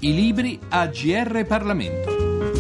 I libri a GR Parlamento.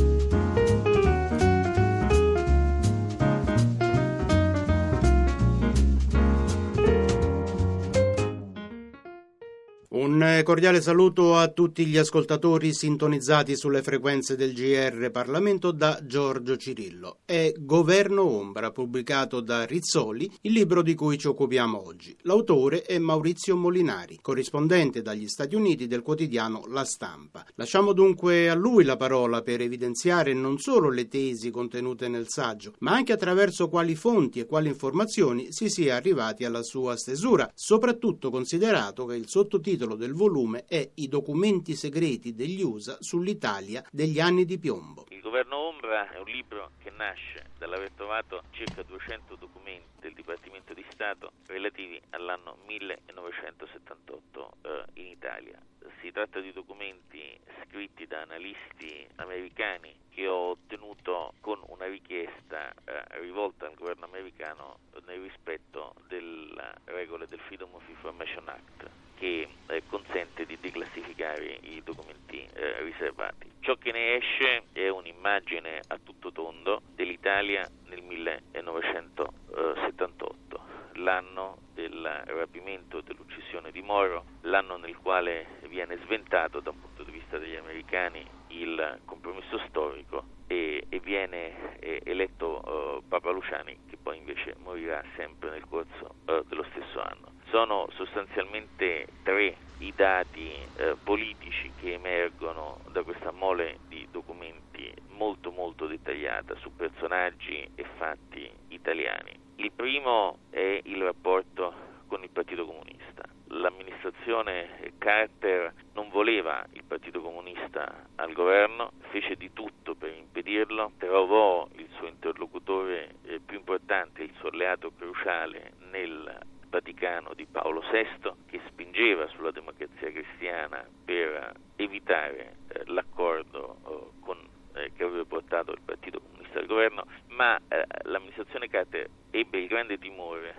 Un cordiale saluto a tutti gli ascoltatori sintonizzati sulle frequenze del GR Parlamento da Giorgio Cirillo. È Governo Ombra, pubblicato da Rizzoli, il libro di cui ci occupiamo oggi. L'autore è Maurizio Molinari, corrispondente dagli Stati Uniti del quotidiano La Stampa. Lasciamo dunque a lui la parola per evidenziare non solo le tesi contenute nel saggio, ma anche attraverso quali fonti e quali informazioni si sia arrivati alla sua stesura, soprattutto considerato che il sottotitolo del volume è I documenti segreti degli USA sull'Italia degli anni di piombo. Il Governo Ombra è un libro che nasce dall'aver trovato circa 200 documenti del Dipartimento di Stato relativi all'anno 1978 in Italia. Si tratta di documenti scritti da analisti americani che ho ottenuto con una richiesta rivolta al governo americano nel rispetto delle regole del Freedom of Information Act, che consente di declassificare i documenti riservati. Ciò che ne esce è un'immagine a tutto tondo dell'Italia nel 1978, l'anno del rapimento e dell'uccisione di Moro, l'anno nel quale viene sventato da un punto di vista degli americani il compromesso storico e viene eletto Papa Luciani, che poi invece morirà sempre nel corso dello stesso anno. Sono sostanzialmente tre i dati politici che emergono da questa mole di documenti molto dettagliata su personaggi e fatti italiani. Il primo è il rapporto con il Partito Comunista. L'amministrazione Carter non voleva il Partito Comunista al governo, fece di tutto per impedirlo, trovò il suo interlocutore più importante, il suo alleato cruciale nel Vaticano di Paolo VI, che spingeva sulla democrazia cristiana per evitare l'accordo che avrebbe portato il Partito Comunista al governo, ma l'amministrazione Carter ebbe il grande timore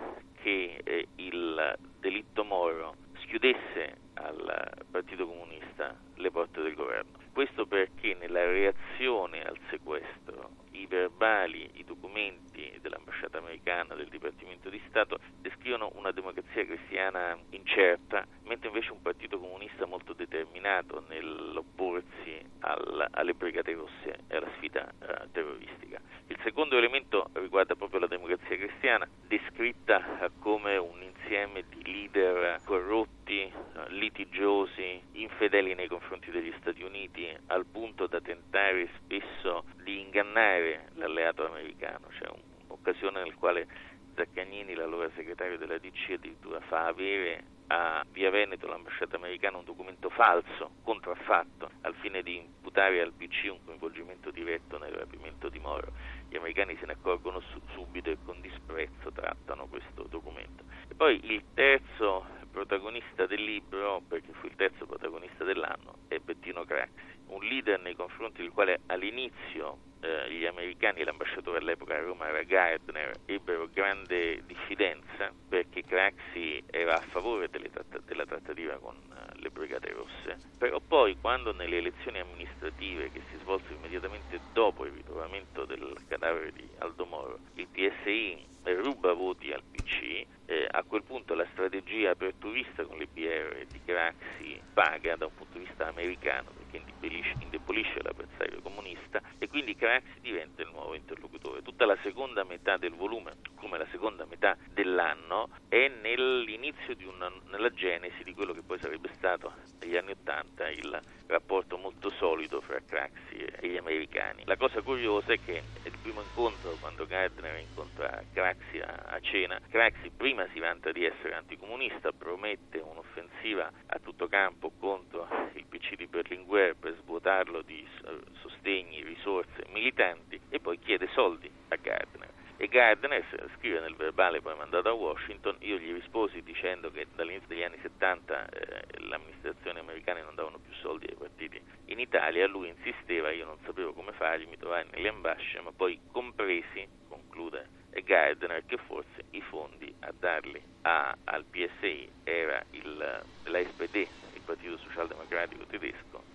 che il delitto Moro schiudesse al Partito Comunista le porte del governo. Questo perché nella reazione al sequestro i verbali, i documenti dell'ambasciata americana, del Dipartimento di Stato, descrivono una democrazia cristiana incerta, mentre invece un Partito Comunista molto determinato nell'opporsi alle Brigate Rosse e alla sfida terroristica. Il secondo elemento riguarda proprio la democrazia cristiana, descritta come un insieme di leader corrotti, litigiosi, infedeli nei confronti degli Stati Uniti, al punto da tentare spesso di ingannare l'alleato americano. C'è un'occasione nel quale Zaccagnini, l'allora segretario della DC, addirittura fa avere a Via Veneto, l'ambasciata americana, un documento falso, contraffatto, al fine di imputare al PC un coinvolgimento diretto nel rapimento di Moro. Gli americani se ne accorgono subito e con disprezzo trattano questo documento. E poi il terzo protagonista del libro, perché fu il terzo protagonista dell'anno, è Bettino Craxi, un leader nei confronti del quale all'inizio gli americani e l'ambasciatore all'epoca a Roma era Gardner ebbero grande diffidenza, perché Craxi era a favore della trattativa con le Brigate Rosse. Però poi, quando nelle elezioni amministrative che si svolsero immediatamente dopo il ritrovamento del cadavere di Aldo Moro, il PSI ruba voti al PC, a quel punto la strategia aperturista con le BR di Craxi paga da un punto di vista americano, perché indebolisce l'avversario comunista, e quindi Craxi diventa il nuovo interlocutore. Tutta la seconda metà del volume, come la seconda metà dell'anno, è nell'inizio nella genesi di quello che poi sarebbe stato negli anni '80 il rapporto molto solido fra Craxi e gli americani. La cosa curiosa è che il primo incontro, quando Gardner incontra Craxi a cena, Craxi prima si vanta di essere anticomunista, promette un'offensiva a tutto campo contro il PC di Berlinguer per svuotarlo di sostegni, risorse, militanti, e poi chiede soldi a Gardner. E Gardner scrive nel verbale poi mandato a Washington: io gli risposi dicendo che dall'inizio degli anni 70 l'amministrazione americana non davano più soldi ai partiti in Italia. Lui insisteva, io non sapevo come fargli, mi trovai nelle ambasce, ma poi compresi, conclude Gardner, che forse i fondi a darli al PSI era la SPD, il Partito Socialdemocratico tedesco,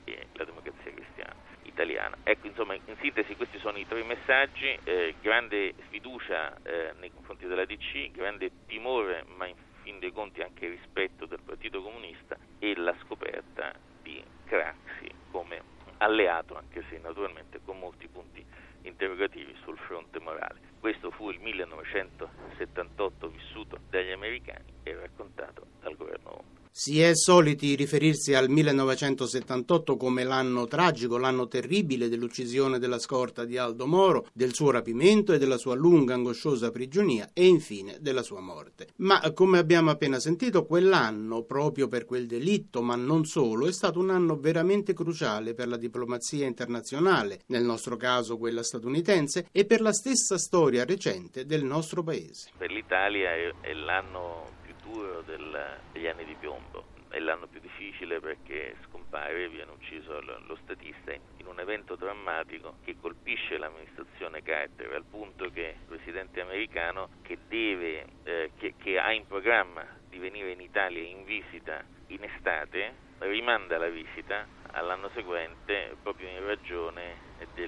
e la Democrazia Cristiana italiana. Ecco, insomma, in sintesi questi sono i tre messaggi: grande fiducia nei confronti della DC, grande timore, ma in fin dei conti anche rispetto del Partito Comunista, e la scoperta di Craxi come alleato, anche se naturalmente con molti punti interrogativi sul fronte morale. Questo fu il 1978 vissuto dagli americani e raccontato dal governo Ombra. Si è soliti riferirsi al 1978 come l'anno tragico, l'anno terribile dell'uccisione della scorta di Aldo Moro, del suo rapimento e della sua lunga angosciosa prigionia e infine della sua morte. Ma come abbiamo appena sentito, quell'anno, proprio per quel delitto, ma non solo, è stato un anno veramente cruciale per la diplomazia internazionale, nel nostro caso quella statunitense, e per la stessa storia recente del nostro paese. Per l'Italia è l'anno più duro degli anni di piombo, è l'anno più difficile perché scompare, viene ucciso lo statista in un evento drammatico che colpisce l'amministrazione Carter, al punto che il presidente americano, che ha in programma di venire in Italia in visita in estate, rimanda la visita all'anno seguente proprio in ragione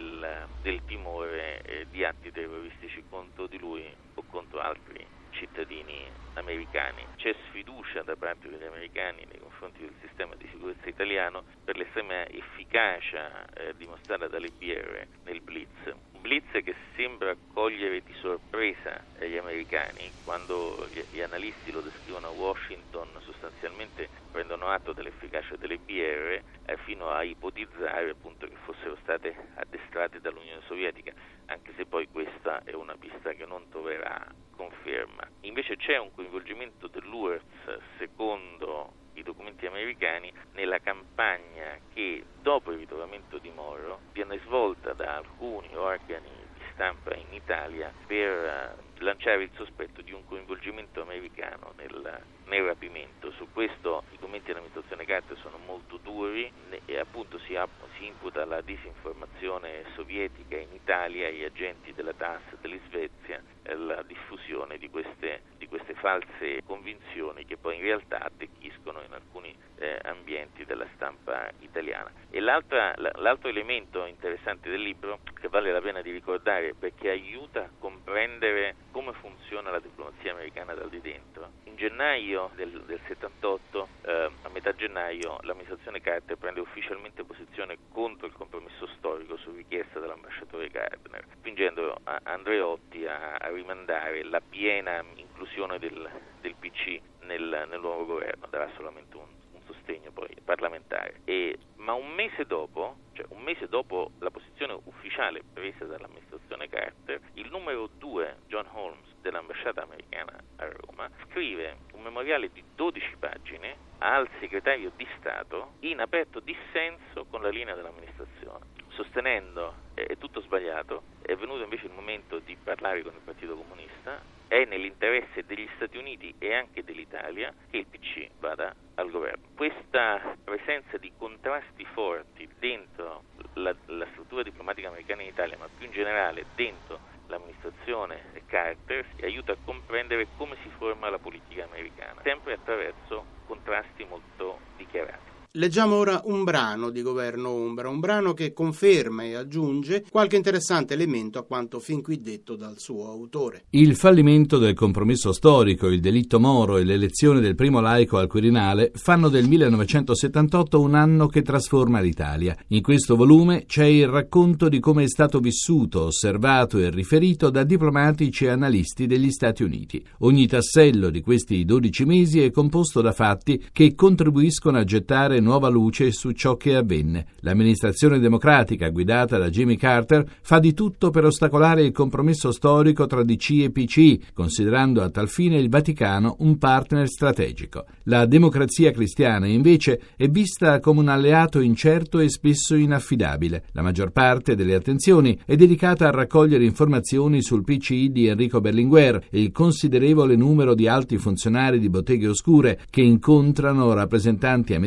del timore di atti terroristici contro di lui o contro altri cittadini americani. C'è sfiducia da parte degli americani nei confronti del sistema di sicurezza italiano per l'estrema efficacia dimostrata dall'EBR nel Blitz. Un Blitz che sembra cogliere di sorpresa gli americani. Quando gli analisti lo descrivono a Washington, sostanzialmente prendono atto dell'efficacia dell'EBR fino a ipotizzare appunto che fossero state addestrate dall'Unione Sovietica, anche se poi questa è una pista che non troverà conferma. Invece c'è un coinvolgimento dell'URSS, secondo i documenti americani, nella campagna che dopo il ritrovamento di Moro viene svolta da alcuni organi di stampa in Italia per lanciare il sospetto di un coinvolgimento americano nel rapimento. Su questo i commenti dell'amministrazione Carter sono molto duri e appunto si imputa la disinformazione sovietica in Italia agli agenti della TASS della Svezia, la diffusione di queste false convinzioni che poi in realtà attecchiscono in alcuni ambienti della stampa italiana. E l'altro elemento interessante del libro, che vale la pena di ricordare perché aiuta a comprendere come funziona la diplomazia americana dal di dentro, in gennaio del 78, a metà gennaio, l'amministrazione Carter prende ufficialmente posizione contro il compromesso storico su richiesta dell'ambasciatore Gardner, spingendo Andreotti a rimandare la piena inclusione del PC nel nuovo governo. Darà solamente un sostegno poi parlamentare. Ma un mese dopo la posizione ufficiale presa dall'amministrazione Carter, il numero 2, John Holmes, dell'ambasciata americana a Roma, scrive un memoriale di 12 pagine al segretario di Stato in aperto dissenso con la linea dell'amministrazione, sostenendo è tutto sbagliato, è venuto invece il momento di parlare con il Partito Comunista, è nell'interesse degli Stati Uniti e anche dell'Italia che il PC vada al governo. Questa presenza di contrasti forti dentro la struttura diplomatica americana in Italia, ma più in generale dentro l'amministrazione Carter, aiuta a comprendere come si forma la politica americana, sempre attraverso contrasti molto dichiarati. Leggiamo ora un brano di Governo Ombra, un brano che conferma e aggiunge qualche interessante elemento a quanto fin qui detto dal suo autore. Il fallimento del compromesso storico, il delitto Moro e l'elezione del primo laico al Quirinale fanno del 1978 un anno che trasforma l'Italia. In questo volume c'è il racconto di come è stato vissuto, osservato e riferito da diplomatici e analisti degli Stati Uniti. Ogni tassello di questi 12 mesi è composto da fatti che contribuiscono a gettare nuova luce su ciò che avvenne. L'amministrazione democratica guidata da Jimmy Carter fa di tutto per ostacolare il compromesso storico tra DC e PC, considerando a tal fine il Vaticano un partner strategico. La Democrazia Cristiana invece è vista come un alleato incerto e spesso inaffidabile. La maggior parte delle attenzioni è dedicata a raccogliere informazioni sul PCI di Enrico Berlinguer e il considerevole numero di alti funzionari di botteghe oscure che incontrano rappresentanti americani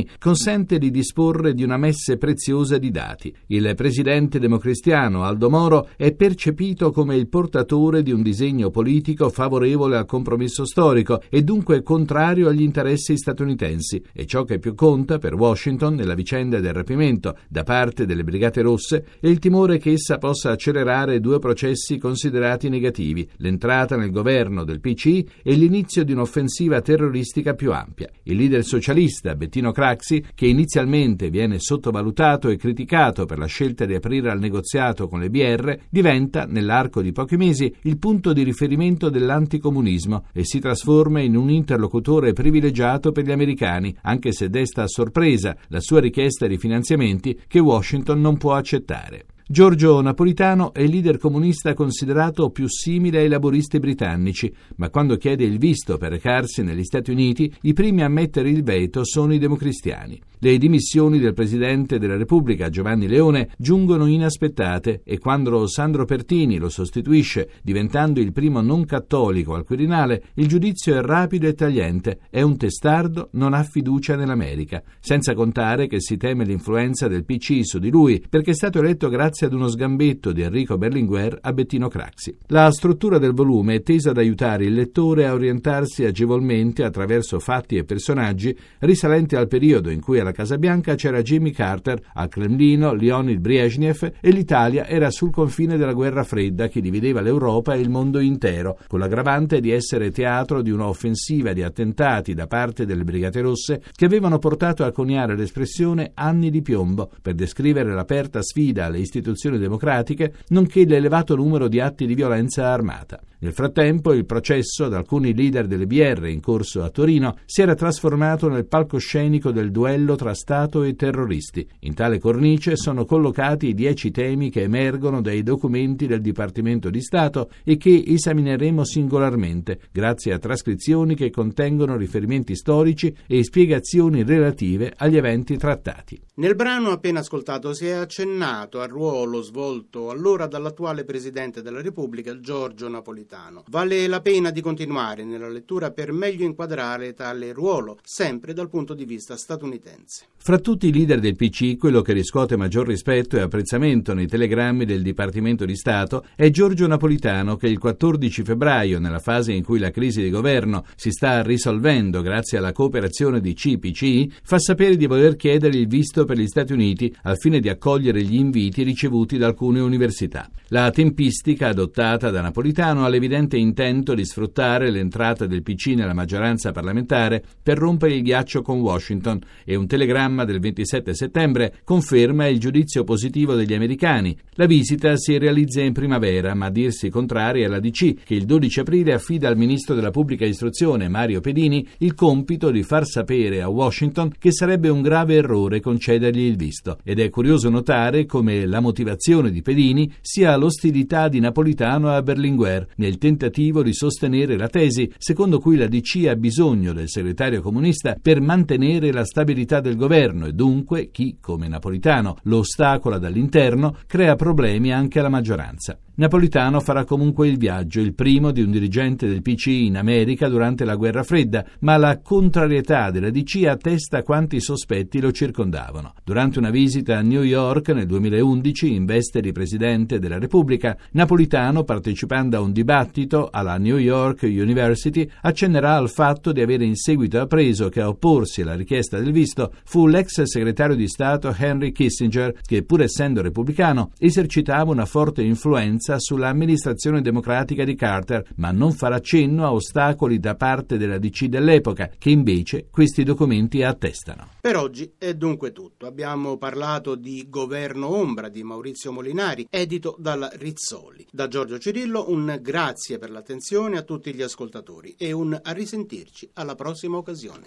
americani consente di disporre di una messe preziosa di dati. Il presidente democristiano Aldo Moro è percepito come il portatore di un disegno politico favorevole al compromesso storico e dunque contrario agli interessi statunitensi, e ciò che più conta per Washington nella vicenda del rapimento da parte delle Brigate Rosse è il timore che essa possa accelerare due processi considerati negativi: l'entrata nel governo del PCI e l'inizio di un'offensiva terroristica più ampia. Il leader socialista Bettino Craxi, che inizialmente viene sottovalutato e criticato per la scelta di aprire al negoziato con le BR, diventa, nell'arco di pochi mesi, il punto di riferimento dell'anticomunismo e si trasforma in un interlocutore privilegiato per gli americani, anche se desta a sorpresa la sua richiesta di finanziamenti che Washington non può accettare. Giorgio Napolitano è il leader comunista considerato più simile ai laburisti britannici, ma quando chiede il visto per recarsi negli Stati Uniti, i primi a mettere il veto sono i democristiani. Le dimissioni del Presidente della Repubblica, Giovanni Leone, giungono inaspettate e quando Sandro Pertini lo sostituisce, diventando il primo non cattolico al Quirinale, il giudizio è rapido e tagliente: è un testardo, non ha fiducia nell'America. Senza contare che si teme l'influenza del PC su di lui, perché è stato eletto grazie ad uno sgambetto di Enrico Berlinguer a Bettino Craxi. La struttura del volume è tesa ad aiutare il lettore a orientarsi agevolmente attraverso fatti e personaggi risalenti al periodo in cui alla Casa Bianca c'era Jimmy Carter, al Cremlino Leonid Brezhnev e l'Italia era sul confine della guerra fredda che divideva l'Europa e il mondo intero, con l'aggravante di essere teatro di un'offensiva di attentati da parte delle Brigate Rosse che avevano portato a coniare l'espressione anni di piombo per descrivere l'aperta sfida alle istituzioni democratiche, nonché l'elevato numero di atti di violenza armata. Nel frattempo, il processo ad alcuni leader delle BR in corso a Torino si era trasformato nel palcoscenico del duello tra Stato e terroristi. In tale cornice sono collocati i 10 temi che emergono dai documenti del Dipartimento di Stato e che esamineremo singolarmente, grazie a trascrizioni che contengono riferimenti storici e spiegazioni relative agli eventi trattati. Nel brano appena ascoltato si è accennato al ruolo svolto allora dall'attuale Presidente della Repubblica, Giorgio Napolitano. Vale la pena di continuare nella lettura per meglio inquadrare tale ruolo, sempre dal punto di vista statunitense. Fra tutti i leader del PC, quello che riscuote maggior rispetto e apprezzamento nei telegrammi del Dipartimento di Stato è Giorgio Napolitano, che il 14 febbraio, nella fase in cui la crisi di governo si sta risolvendo grazie alla cooperazione di CPCI, fa sapere di voler chiedere il visto per gli Stati Uniti al fine di accogliere gli inviti ricevuti da alcune università. La tempistica adottata da Napolitano ha l'evidente intento di sfruttare l'entrata del PC nella maggioranza parlamentare per rompere il ghiaccio con Washington, e un telegramma del 27 settembre conferma il giudizio positivo degli americani. La visita si realizza in primavera, ma a dirsi contrari alla DC, che il 12 aprile affida al ministro della Pubblica Istruzione, Mario Pedini, il compito di far sapere a Washington che sarebbe un grave errore concedergli il visto. Ed è curioso notare come la motivazione di Pedini sia l'ostilità di Napolitano a Berlinguer nel tentativo di sostenere la tesi secondo cui la DC ha bisogno del segretario comunista per mantenere la stabilità del governo e dunque chi, come Napolitano, lo ostacola dall'interno crea problemi anche alla maggioranza. Napolitano farà comunque il viaggio, il primo di un dirigente del PC in America durante la guerra fredda, ma la contrarietà della DC attesta quanti sospetti lo circondavano. Durante una visita a New York nel 2011, in veste di Presidente della Repubblica, Napolitano, partecipando a un dibattito alla New York University, accennerà al fatto di avere in seguito appreso che a opporsi alla richiesta del visto fu l'ex segretario di Stato Henry Kissinger, che pur essendo repubblicano esercitava una forte influenza sull'amministrazione democratica di Carter, ma non farà cenno a ostacoli da parte della DC dell'epoca, che invece questi documenti attestano. Per oggi è dunque tutto. Abbiamo parlato di Governo Ombra di Maurizio Molinari, edito dalla Rizzoli. Da Giorgio Cirillo un grazie per l'attenzione a tutti gli ascoltatori e un a risentirci alla prossima occasione.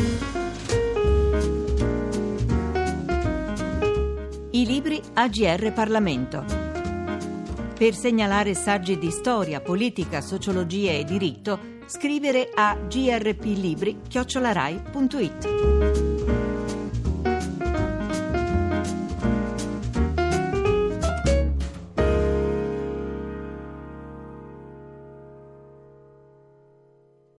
I libri AGR Parlamento. Per segnalare saggi di storia, politica, sociologia e diritto, scrivere a grplibri@rai.it.